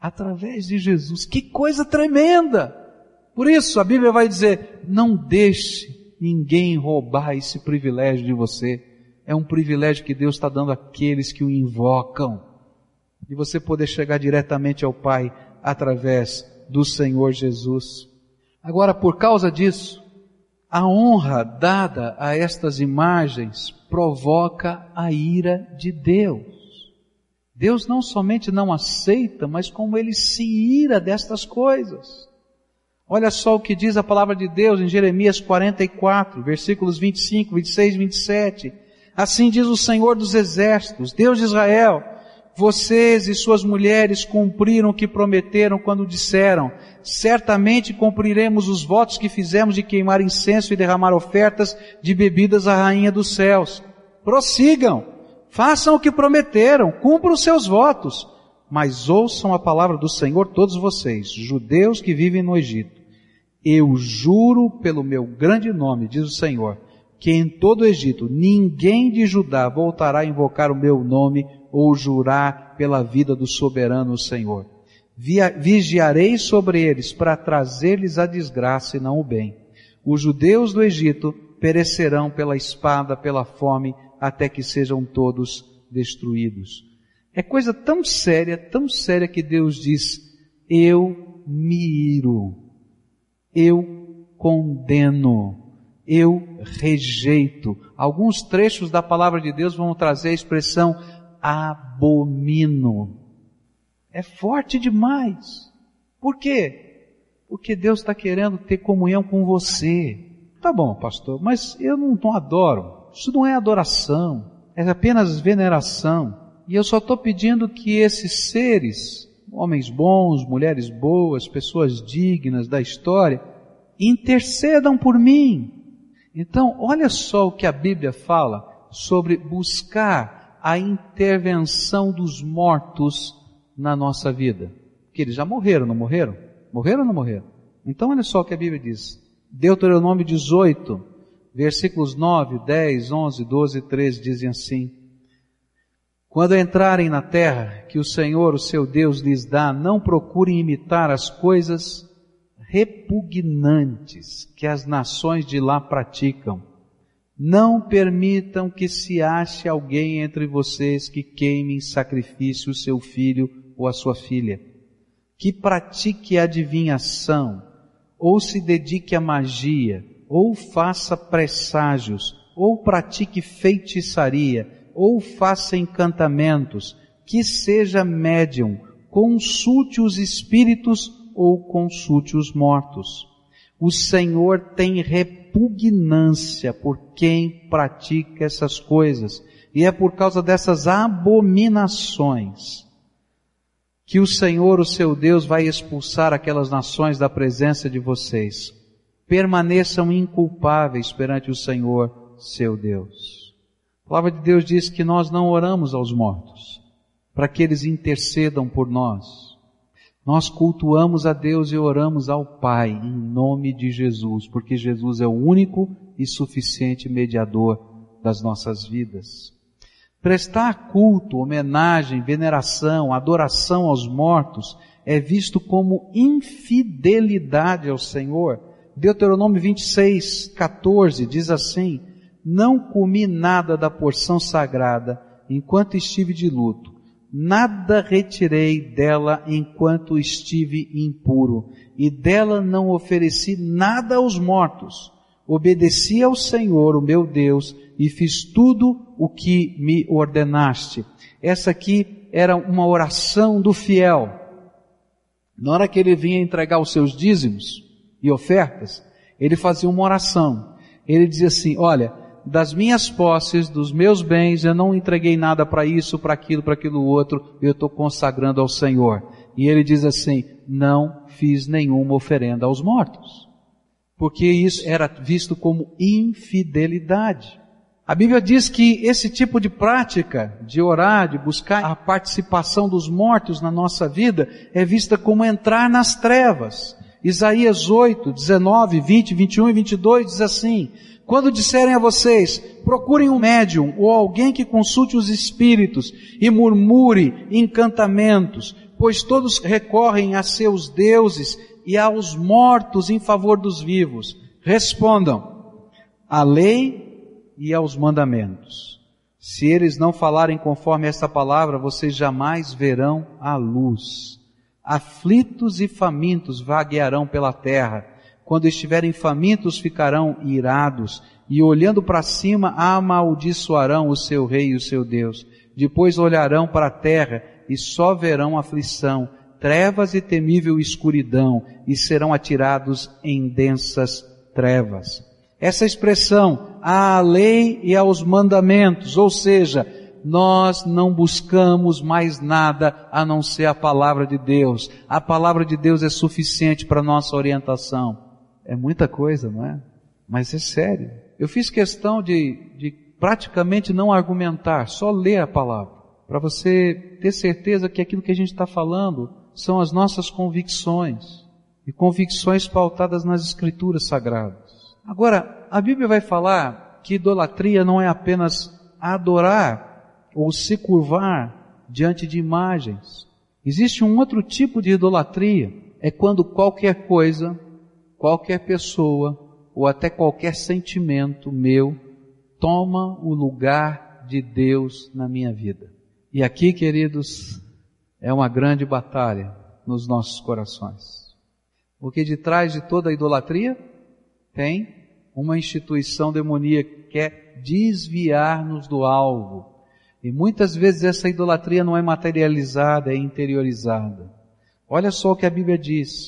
através de Jesus. Que coisa tremenda! Por isso a Bíblia vai dizer, não deixe ninguém roubar esse privilégio de você. É um privilégio que Deus está dando àqueles que o invocam. De você poder chegar diretamente ao Pai através do Senhor Jesus. Agora, por causa disso, a honra dada a estas imagens provoca a ira de Deus. Deus não somente não aceita, mas como Ele se ira destas coisas. Olha só o que diz a palavra de Deus em Jeremias quarenta e quatro, versículos vinte e cinco, vinte e seis e vinte e sete. Assim diz o Senhor dos Exércitos, Deus de Israel, vocês e suas mulheres cumpriram o que prometeram quando disseram, certamente cumpriremos os votos que fizemos de queimar incenso e derramar ofertas de bebidas à Rainha dos Céus. Prossigam, façam o que prometeram, cumpram os seus votos, mas ouçam a palavra do Senhor todos vocês, judeus que vivem no Egito. Eu juro pelo meu grande nome, diz o Senhor, que em todo o Egito ninguém de Judá voltará a invocar o meu nome ou jurar pela vida do soberano Senhor. Vigiarei sobre eles para trazer-lhes a desgraça e não o bem. Os judeus do Egito perecerão pela espada, pela fome, até que sejam todos destruídos. É coisa tão séria, tão séria que Deus diz, eu me iro, eu condeno, eu rejeito. Alguns trechos da palavra de Deus vão trazer a expressão abomino. É forte demais. Por quê? Porque Deus está querendo ter comunhão com você. Tá bom, pastor, mas eu não, não adoro. Isso não é adoração, é apenas veneração. E eu só estou pedindo que esses seres, homens bons, mulheres boas, pessoas dignas da história, intercedam por mim. Então, olha só o que a Bíblia fala sobre buscar a intervenção dos mortos na nossa vida. Que eles já morreram, não morreram? Morreram ou não morreram? Então, olha só o que a Bíblia diz. Deuteronômio dezoito, versículos nove, dez, onze, doze e treze dizem assim: quando entrarem na terra que o Senhor, o seu Deus, lhes dá, não procurem imitar as coisas repugnantes que as nações de lá praticam. Não permitam que se ache alguém entre vocês que queime em sacrifício o seu filho ou a sua filha, que pratique adivinhação, ou se dedique à magia, ou faça presságios, ou pratique feitiçaria, ou faça encantamentos, que seja médium, consulte os espíritos ou consulte os mortos. O Senhor tem repugnância por quem pratica essas coisas, e é por causa dessas abominações que o Senhor, o seu Deus, vai expulsar aquelas nações da presença de vocês. Permaneçam inculpáveis perante o Senhor, seu Deus. A palavra de Deus diz que nós não oramos aos mortos, para que eles intercedam por nós. Nós cultuamos a Deus e oramos ao Pai, em nome de Jesus, porque Jesus é o único e suficiente mediador das nossas vidas. Prestar culto, homenagem, veneração, adoração aos mortos é visto como infidelidade ao Senhor. Deuteronômio vinte e seis, quatorze diz assim: não comi nada da porção sagrada enquanto estive de luto, nada retirei dela enquanto estive impuro, e dela não ofereci nada aos mortos. Obedeci ao Senhor, o meu Deus, e fiz tudo o que me ordenaste. Essa aqui era uma oração do fiel. Na hora que ele vinha entregar os seus dízimos e ofertas, ele fazia uma oração. Ele dizia assim: olha, das minhas posses, dos meus bens, eu não entreguei nada para isso, para aquilo, para aquilo outro, eu estou consagrando ao Senhor. E ele diz assim: não fiz nenhuma oferenda aos mortos, porque isso era visto como infidelidade. A Bíblia diz que esse tipo de prática, de orar, de buscar a participação dos mortos na nossa vida, é vista como entrar nas trevas. Isaías oito, dezenove, vinte, vinte e um e vinte e dois diz assim: quando disserem a vocês, procurem um médium ou alguém que consulte os espíritos e murmure encantamentos, pois todos recorrem a seus deuses e aos mortos em favor dos vivos. Respondam, à lei e aos mandamentos. Se eles não falarem conforme esta palavra, vocês jamais verão a luz. Aflitos e famintos vaguearão pela terra. Quando estiverem famintos, ficarão irados, e olhando para cima, amaldiçoarão o seu rei e o seu Deus. Depois olharão para a terra, e só verão aflição, trevas e temível escuridão, e serão atirados em densas trevas. Essa expressão, à lei e aos mandamentos, ou seja, nós não buscamos mais nada a não ser a palavra de Deus. A palavra de Deus é suficiente para nossa orientação. É muita coisa, não é? Mas é sério. Eu fiz questão de, de praticamente não argumentar, só ler a palavra, para você ter certeza que aquilo que a gente está falando são as nossas convicções, e convicções pautadas nas Escrituras Sagradas. Agora, a Bíblia vai falar que idolatria não é apenas adorar ou se curvar diante de imagens. Existe um outro tipo de idolatria, é quando qualquer coisa, qualquer pessoa ou até qualquer sentimento meu toma o lugar de Deus na minha vida. E aqui, queridos, é uma grande batalha nos nossos corações. Porque de trás de toda a idolatria tem uma instituição demoníaca que quer desviar-nos do alvo. E muitas vezes essa idolatria não é materializada, é interiorizada. Olha só o que a Bíblia diz.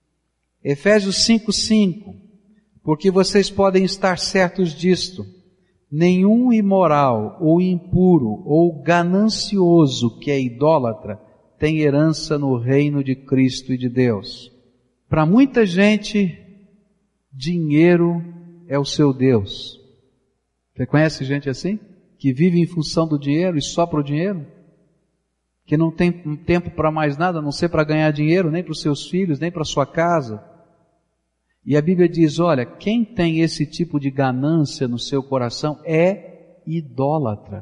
Efésios cinco, cinco. Porque vocês podem estar certos disto. Nenhum imoral, ou impuro, ou ganancioso que é idólatra, tem herança no reino de Cristo e de Deus. Para muita gente, dinheiro é o seu Deus. Você conhece gente assim? Que vive em função do dinheiro e só para o dinheiro? Que não tem tempo para mais nada, a não ser para ganhar dinheiro, nem para os seus filhos, nem para a sua casa. E a Bíblia diz, olha, quem tem esse tipo de ganância no seu coração é idólatra.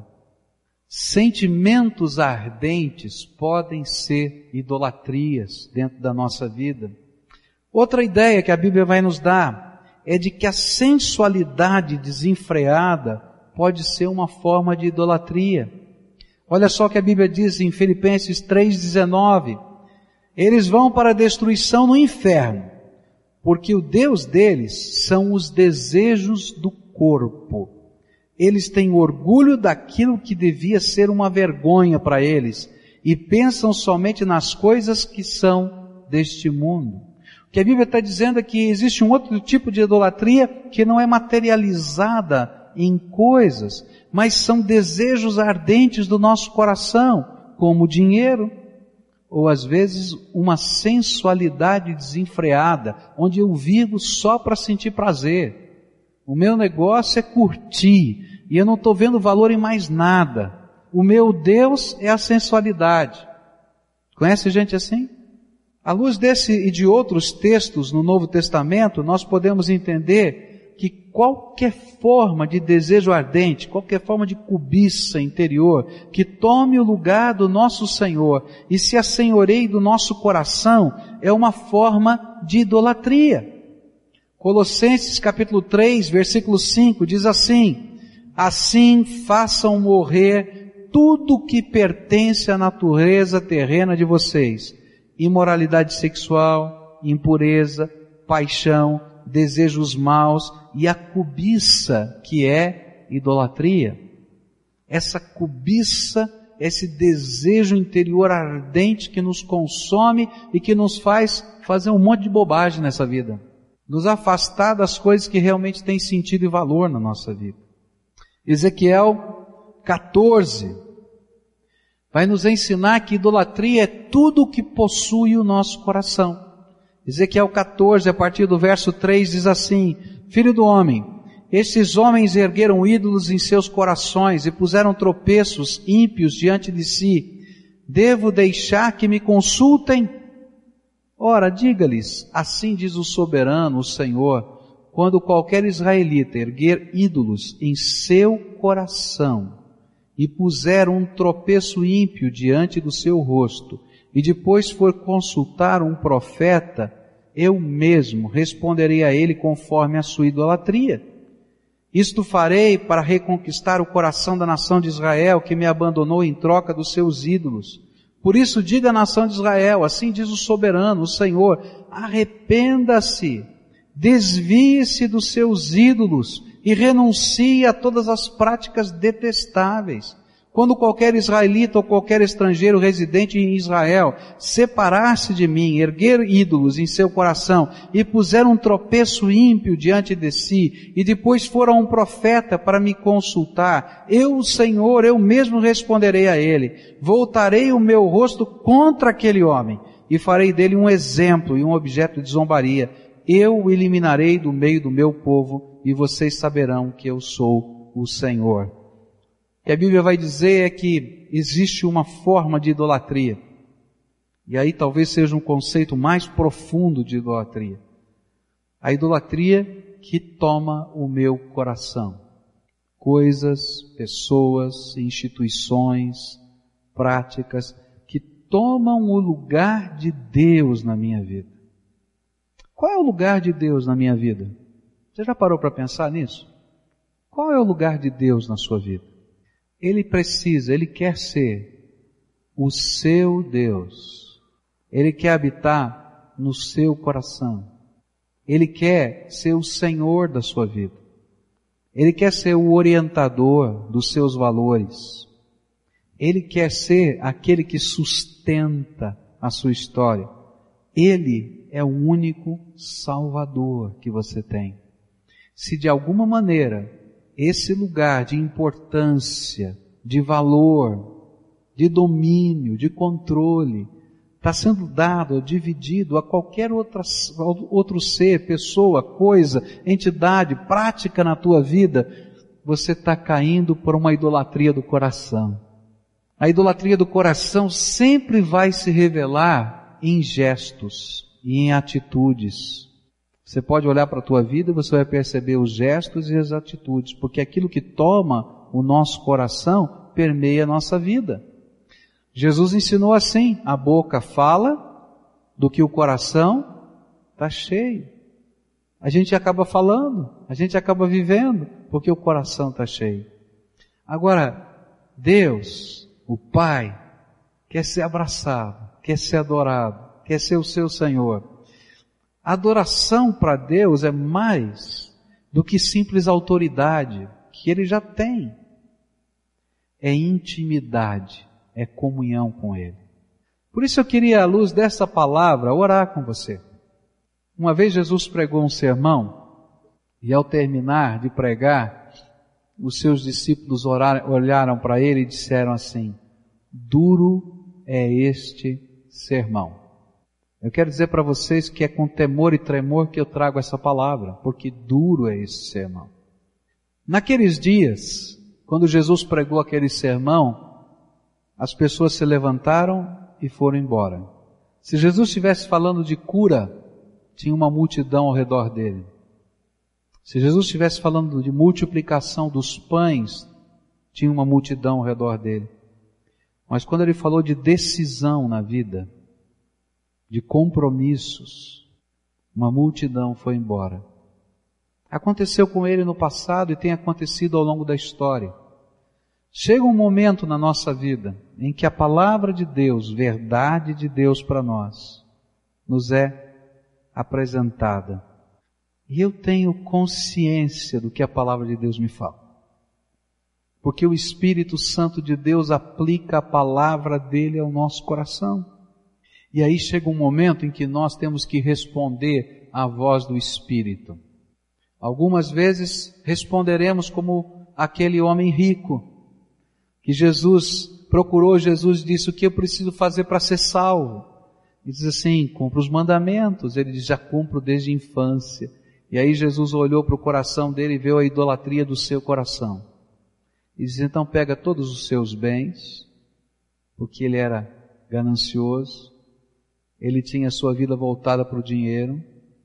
Sentimentos ardentes podem ser idolatrias dentro da nossa vida. Outra ideia que a Bíblia vai nos dar é de que a sensualidade desenfreada pode ser uma forma de idolatria. Olha só o que a Bíblia diz em Filipenses três, dezenove. Eles vão para a destruição no inferno, porque o Deus deles são os desejos do corpo. Eles têm orgulho daquilo que devia ser uma vergonha para eles e pensam somente nas coisas que são deste mundo. O que a Bíblia está dizendo é que existe um outro tipo de idolatria que não é materializada em coisas, mas são desejos ardentes do nosso coração, como dinheiro, ou às vezes uma sensualidade desenfreada, onde eu vivo só para sentir prazer. O meu negócio é curtir, e eu não estou vendo valor em mais nada. O meu Deus é a sensualidade. Conhece gente assim? À luz desse e de outros textos no Novo Testamento, nós podemos entender que qualquer forma de desejo ardente, qualquer forma de cobiça interior, que tome o lugar do nosso Senhor e se assenhoreie do nosso coração, é uma forma de idolatria. Colossenses capítulo três, versículo cinco, diz assim, assim façam morrer tudo que pertence à natureza terrena de vocês, imoralidade sexual, impureza, paixão, desejos maus e a cobiça, que é idolatria. Essa cobiça, esse desejo interior ardente que nos consome e que nos faz fazer um monte de bobagem nessa vida. Nos afastar das coisas que realmente têm sentido e valor na nossa vida. Ezequiel catorze vai nos ensinar que idolatria é tudo o que possui o nosso coração. Ezequiel catorze, a partir do verso três, diz assim, Filho do homem, estes homens ergueram ídolos em seus corações e puseram tropeços ímpios diante de si. Devo deixar que me consultem? Ora, diga-lhes, assim diz o soberano, o Senhor, quando qualquer israelita erguer ídolos em seu coração e puser um tropeço ímpio diante do seu rosto, e depois for consultar um profeta, eu mesmo responderei a ele conforme a sua idolatria. Isto farei para reconquistar o coração da nação de Israel, que me abandonou em troca dos seus ídolos. Por isso diga à nação de Israel, assim diz o soberano, o Senhor, arrependa-se, desvie-se dos seus ídolos e renuncie a todas as práticas detestáveis. Quando qualquer israelita ou qualquer estrangeiro residente em Israel separar-se de mim, erguer ídolos em seu coração e puser um tropeço ímpio diante de si, e depois for a um profeta para me consultar, eu, o Senhor, eu mesmo responderei a ele, voltarei o meu rosto contra aquele homem e farei dele um exemplo e um objeto de zombaria. Eu o eliminarei do meio do meu povo e vocês saberão que eu sou o Senhor. O que a Bíblia vai dizer é que existe uma forma de idolatria. E aí talvez seja um conceito mais profundo de idolatria. A idolatria que toma o meu coração. Coisas, pessoas, instituições, práticas que tomam o lugar de Deus na minha vida. Qual é o lugar de Deus na minha vida? Você já parou para pensar nisso? Qual é o lugar de Deus na sua vida? Ele precisa, Ele quer ser o seu Deus. Ele quer habitar no seu coração. Ele quer ser o Senhor da sua vida. Ele quer ser o orientador dos seus valores. Ele quer ser aquele que sustenta a sua história. Ele é o único Salvador que você tem. Se de alguma maneira esse lugar de importância, de valor, de domínio, de controle, está sendo dado, dividido a qualquer outra, outro ser, pessoa, coisa, entidade, prática na tua vida, você está caindo por uma idolatria do coração. A idolatria do coração sempre vai se revelar em gestos e em atitudes. Você pode olhar para a tua vida e você vai perceber os gestos e as atitudes, porque aquilo que toma o nosso coração permeia a nossa vida. Jesus ensinou assim, a boca fala do que o coração está cheio. A gente acaba falando, a gente acaba vivendo, porque o coração está cheio. Agora, Deus, o Pai, quer ser abraçado, quer ser adorado, quer ser o seu Senhor. A adoração para Deus é mais do que simples autoridade, que Ele já tem. É intimidade, é comunhão com Ele. Por isso eu queria, à luz dessa palavra, orar com você. Uma vez Jesus pregou um sermão, e ao terminar de pregar, os seus discípulos oraram, olharam para Ele e disseram assim, duro é este sermão. Eu quero dizer para vocês que é com temor e tremor que eu trago essa palavra, porque duro é esse sermão. Naqueles dias, quando Jesus pregou aquele sermão, as pessoas se levantaram e foram embora. Se Jesus estivesse falando de cura, tinha uma multidão ao redor dele. Se Jesus estivesse falando de multiplicação dos pães, tinha uma multidão ao redor dele. Mas quando ele falou de decisão na vida, de compromissos, uma multidão foi embora. Aconteceu com ele no passado e tem acontecido ao longo da história. Chega um momento na nossa vida em que a palavra de Deus, verdade de Deus para nós, nos é apresentada. E eu tenho consciência do que a palavra de Deus me fala. Porque o Espírito Santo de Deus aplica a palavra dele ao nosso coração. E aí chega um momento em que nós temos que responder à voz do Espírito. Algumas vezes responderemos como aquele homem rico, que Jesus procurou, Jesus disse, o que eu preciso fazer para ser salvo? Ele diz assim, cumpra os mandamentos. Ele diz, já cumpro desde a infância. E aí Jesus olhou para o coração dele e viu a idolatria do seu coração. E diz, então pega todos os seus bens, porque ele era ganancioso, ele tinha a sua vida voltada para o dinheiro,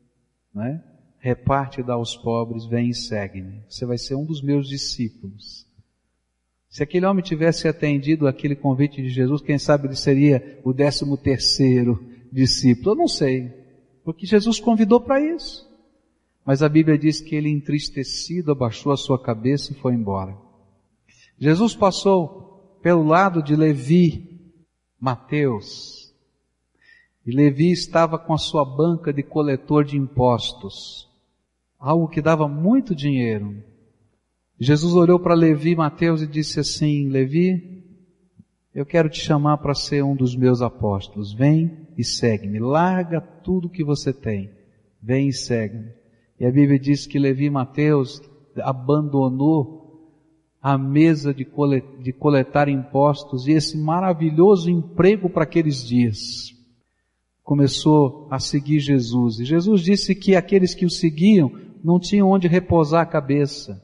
né? Reparte e dá aos pobres, vem e segue-me. Você vai ser um dos meus discípulos. Se aquele homem tivesse atendido aquele convite de Jesus, quem sabe ele seria o décimo terceiro discípulo. Eu não sei, porque Jesus convidou para isso. Mas a Bíblia diz que ele, entristecido, abaixou a sua cabeça e foi embora. Jesus passou pelo lado de Levi, Mateus. E Levi estava com a sua banca de coletor de impostos, algo que dava muito dinheiro. Jesus olhou para Levi, Mateus e disse assim: Levi, eu quero te chamar para ser um dos meus apóstolos. Vem e segue-me. Larga tudo que você tem. Vem e segue-me. E a Bíblia diz que Levi e Mateus abandonou a mesa de coletar impostos e esse maravilhoso emprego para aqueles dias. Começou a seguir Jesus. E Jesus disse que aqueles que o seguiam não tinham onde repousar a cabeça,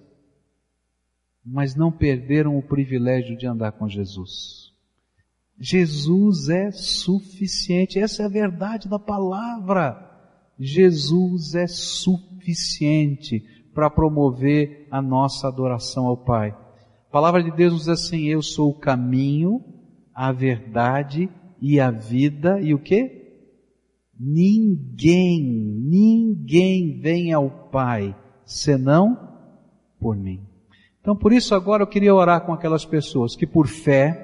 mas não perderam o privilégio de andar com Jesus. Jesus é suficiente. Essa é a verdade da palavra. Jesus é suficiente para promover a nossa adoração ao Pai. A palavra de Deus diz assim: eu sou o caminho, a verdade e a vida. E o quê? Ninguém, ninguém vem ao Pai senão por mim. Então, por isso agora eu queria orar com aquelas pessoas que por fé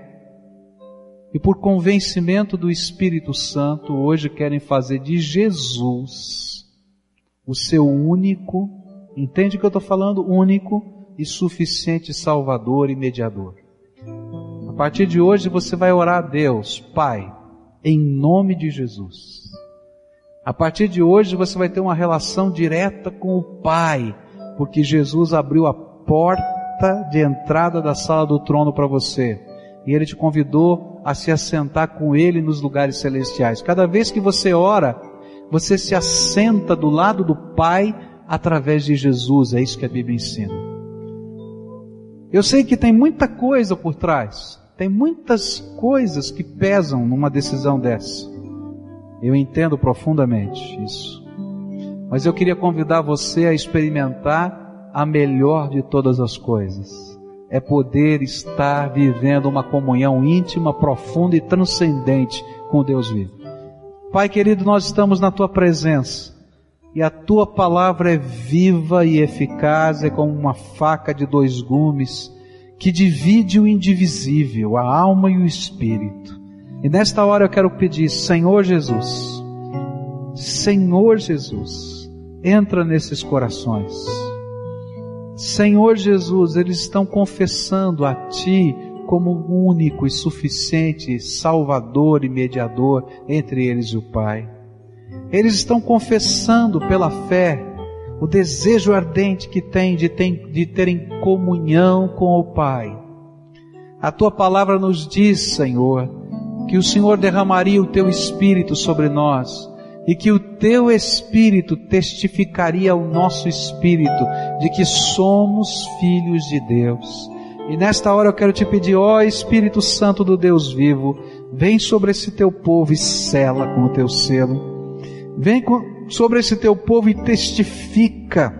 e por convencimento do Espírito Santo hoje querem fazer de Jesus o seu único, entende o que eu estou falando? Único e suficiente Salvador e mediador. A partir de hoje você vai orar a Deus: Pai, em nome de Jesus. A partir de hoje você vai ter uma relação direta com o Pai, porque Jesus abriu a porta de entrada da sala do trono para você, e Ele te convidou a se assentar com Ele nos lugares celestiais. Cada vez que você ora, você se assenta do lado do Pai através de Jesus. É isso que a Bíblia ensina. Eu sei que tem muita coisa por trás, tem muitas coisas que pesam numa decisão dessa. Eu entendo profundamente isso, mas eu queria convidar você a experimentar a melhor de todas as coisas. É poder estar vivendo uma comunhão íntima, profunda e transcendente com Deus vivo. Pai querido, nós estamos na Tua presença, e a Tua palavra é viva e eficaz, é como uma faca de dois gumes, que divide o indivisível, a alma e o espírito. E nesta hora eu quero pedir: Senhor Jesus, Senhor Jesus, entra nesses corações. Senhor Jesus, eles estão confessando a Ti como o único e suficiente Salvador e mediador entre eles e o Pai. Eles estão confessando pela fé o desejo ardente que têm de, ter, de terem comunhão com o Pai. A Tua palavra nos diz, Senhor, que o Senhor derramaria o Teu Espírito sobre nós, e que o Teu Espírito testificaria ao nosso espírito de que somos filhos de Deus. E nesta hora eu quero te pedir: ó Espírito Santo do Deus vivo, vem sobre esse Teu povo e sela com o Teu selo. Vem sobre esse Teu povo e testifica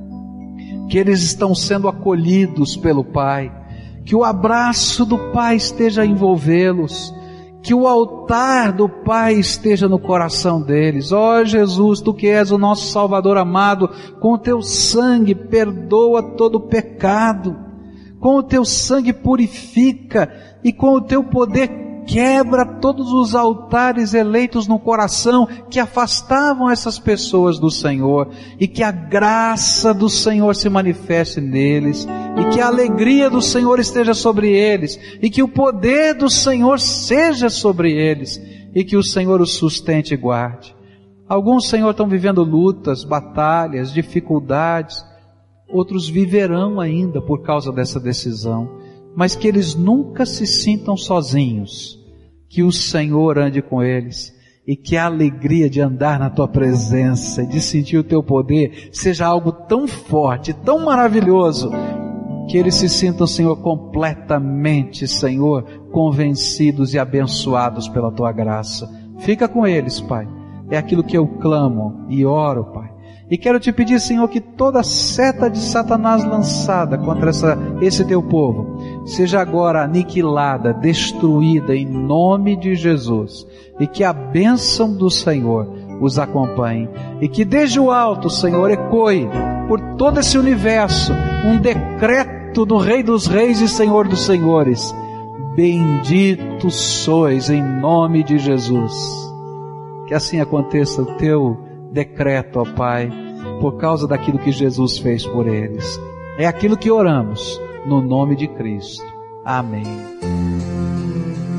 que eles estão sendo acolhidos pelo Pai, que o abraço do Pai esteja a envolvê-los, que o altar do Pai esteja no coração deles. Ó Jesus, Tu que és o nosso Salvador amado, com o Teu sangue perdoa todo pecado, com o Teu sangue purifica, e com o Teu poder quebra todos os altares eleitos no coração que afastavam essas pessoas do Senhor, e que a graça do Senhor se manifeste neles, e que a alegria do Senhor esteja sobre eles, e que o poder do Senhor seja sobre eles, e que o Senhor os sustente e guarde. Alguns, Senhor, estão vivendo lutas, batalhas, dificuldades, outros viverão ainda por causa dessa decisão, mas que eles nunca se sintam sozinhos, que o Senhor ande com eles, e que a alegria de andar na Tua presença e de sentir o Teu poder seja algo tão forte, tão maravilhoso, que eles se sintam, Senhor, completamente, Senhor, convencidos e abençoados pela Tua graça. Fica com eles, Pai. É aquilo que eu clamo e oro, Pai. E quero te pedir, Senhor, que toda seta de Satanás lançada contra essa, esse Teu povo seja agora aniquilada, destruída em nome de Jesus, e que a bênção do Senhor os acompanhe, e que desde o alto, Senhor, ecoe por todo esse universo um decreto do Rei dos Reis e Senhor dos Senhores: bendito sois em nome de Jesus. Que assim aconteça o teu decreto, ó Pai, por causa daquilo que Jesus fez por eles. É aquilo que oramos no nome de Cristo. Amém.